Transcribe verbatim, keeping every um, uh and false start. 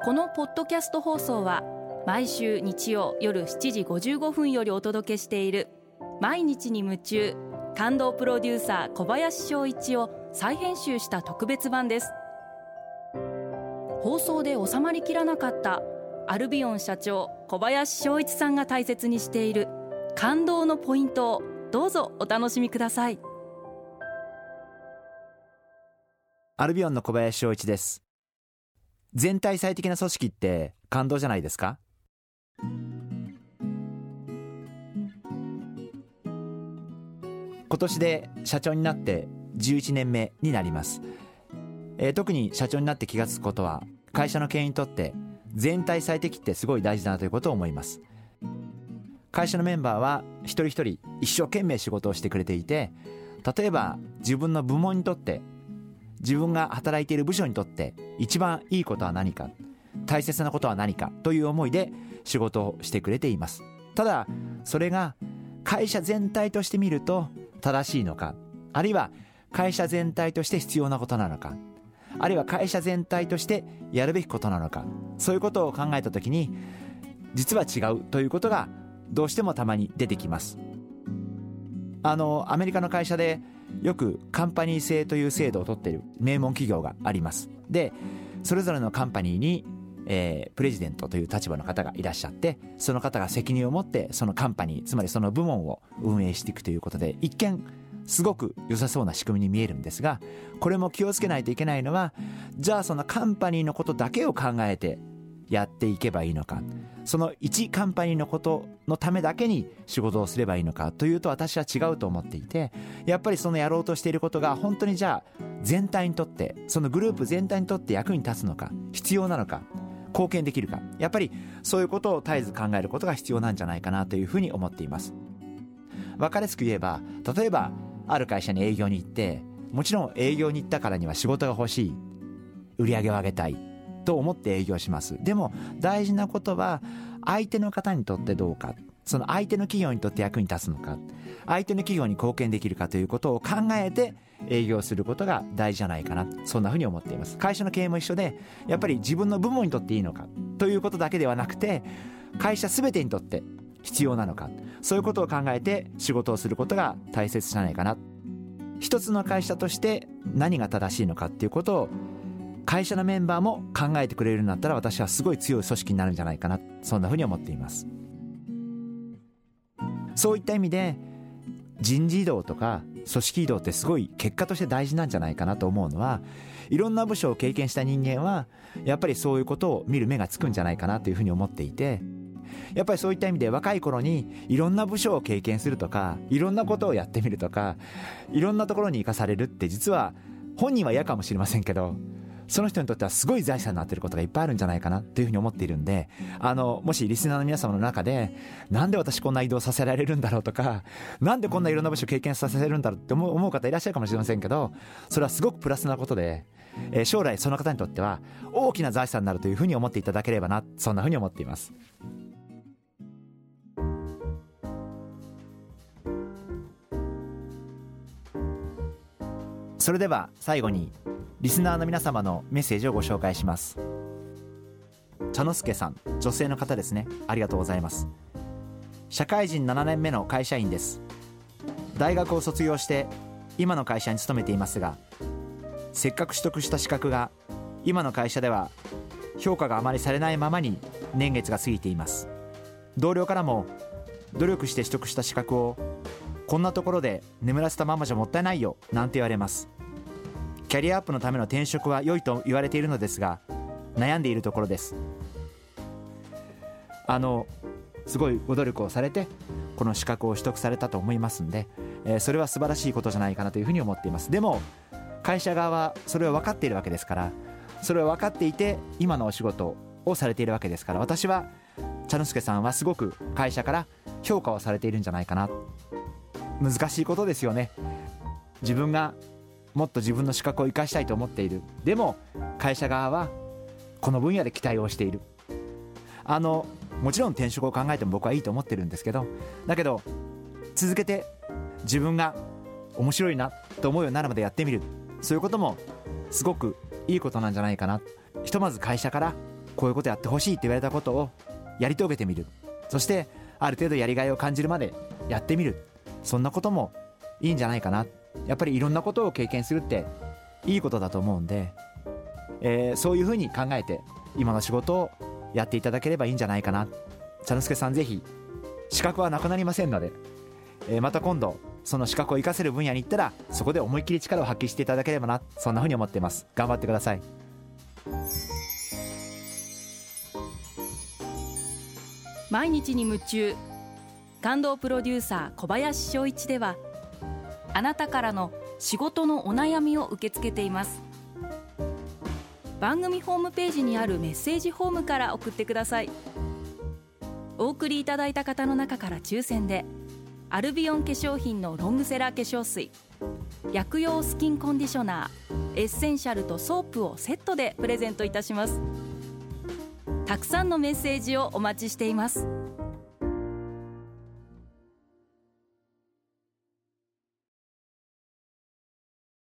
このポッドキャスト放送は毎週日曜夜しちじごじゅうごふんよりお届けしている毎日に夢中感動プロデューサー小林翔一を再編集した特別版です。放送で収まりきらなかったアルビオン社長小林翔一さんが大切にしている感動のポイントをどうぞお楽しみください。 アルビオンの小林翔一です。全体最適な組織って感動じゃないですか？今年で社長になってじゅういちねんめになります。えー、特に社長になって気がつくことは、会社の経営にとって全体最適ってすごい大事だなということを思います。会社のメンバーは一人一人一生懸命仕事をしてくれていて、例えば自分の部門にとって、自分が働いている部署にとって一番いいことは何か、大切なことは何かという思いで仕事をしてくれています。ただそれが会社全体として見ると正しいのか、あるいは会社全体として必要なことなのか、あるいは会社全体としてやるべきことなのか、そういうことを考えたときに実は違うということがどうしてもたまに出てきます。あのアメリカの会社でよくカンパニー制という制度を取っている名門企業があります。で、それぞれのカンパニーに、えー、プレジデントという立場の方がいらっしゃって、その方が責任を持ってそのカンパニー、つまりその部門を運営していくということで、一見すごく良さそうな仕組みに見えるんですが、これも気をつけないといけないのは、じゃあそのカンパニーのことだけを考えてやっていけばいいのか、その一カンパニーのことのためだけに仕事をすればいいのかというと、私は違うと思っていて、やっぱりそのやろうとしていることが本当にじゃあ全体にとって、そのグループ全体にとって役に立つのか、必要なのか、貢献できるか、やっぱりそういうことを絶えず考えることが必要なんじゃないかなというふうに思っています。分かりやすく言えば、例えばある会社に営業に行って、もちろん営業に行ったからには仕事が欲しい、売り上げを上げたいと思って営業します。でも大事なことは、相手の方にとってどうか、その相手の企業にとって役に立つのか、相手の企業に貢献できるかということを考えて営業することが大事じゃないかな、そんなふうに思っています。会社の経営も一緒で、やっぱり自分の部門にとっていいのかということだけではなくて、会社全てにとって必要なのか、そういうことを考えて仕事をすることが大切じゃないかな。一つの会社として何が正しいのかっていうことを会社のメンバーも考えてくれるんだったら、私はすごい強い組織になるんじゃないかな、そんなふうに思っています。そういった意味で人事異動とか組織異動ってすごい結果として大事なんじゃないかなと思うのは、いろんな部署を経験した人間はやっぱりそういうことを見る目がつくんじゃないかなというふうに思っていて、やっぱりそういった意味で若い頃にいろんな部署を経験するとか、いろんなことをやってみるとか、いろんなところに生かされるって、実は本人は嫌かもしれませんけど、その人にとってはすごい財産になっていることがいっぱいあるんじゃないかなというふうに思っているんで、あのもしリスナーの皆様の中で、なんで私こんな移動させられるんだろうとか、なんでこんないろんな部署を経験させるんだろうって思う、思う方いらっしゃるかもしれませんけど、それはすごくプラスなことで、えー、将来その方にとっては大きな財産になるというふうに思っていただければな、そんなふうに思っています。それでは最後にリスナーの皆様のメッセージをご紹介します。茶之助さん、女性の方ですね。ありがとうございます。社会人ななねんめの会社員です。大学を卒業して今の会社に勤めていますが、せっかく取得した資格が今の会社では評価があまりされないままに年月が過ぎています。同僚からも努力して取得した資格をこんなところで眠らせたままじゃもったいないよなんて言われます。キャリアアップのための転職は良いと言われているのですが、悩んでいるところです。あのすごいご努力をされてこの資格を取得されたと思いますんで、えー、それは素晴らしいことじゃないかなというふうに思っています。でも会社側はそれを分かっているわけですから、それを分かっていて今のお仕事をされているわけですから、私は茶之助さんはすごく会社から評価をされているんじゃないかな。難しいことですよね。自分がもっと自分の資格を生かしたいと思っている。でも会社側はこの分野で期待をしている。あのもちろん転職を考えても僕はいいと思ってるんですけど、だけど続けて自分が面白いなと思うようになるまでやってみる、そういうこともすごくいいことなんじゃないかな。ひとまず会社からこういうことやってほしいって言われたことをやり遂げてみる、そしてある程度やりがいを感じるまでやってみる、そんなこともいいんじゃないかな。やっぱりいろんなことを経験するっていいことだと思うんで、えー、そういうふうに考えて今の仕事をやっていただければいいんじゃないかな。茶之助さん、ぜひ資格はなくなりませんので、えー、また今度その資格を生かせる分野に行ったらそこで思いっきり力を発揮していただければな、そんなふうに思っています。頑張ってください。 毎日に夢中、感動プロデューサー小林翔一では、あなたからの仕事のお悩みを受け付けています。番組ホームページにあるメッセージフォームから送ってください。お送りいただいた方の中から抽選でアルビオン化粧品のロングセラー化粧水、薬用スキンコンディショナー、エッセンシャルとソープをセットでプレゼントいたします。たくさんのメッセージをお待ちしています。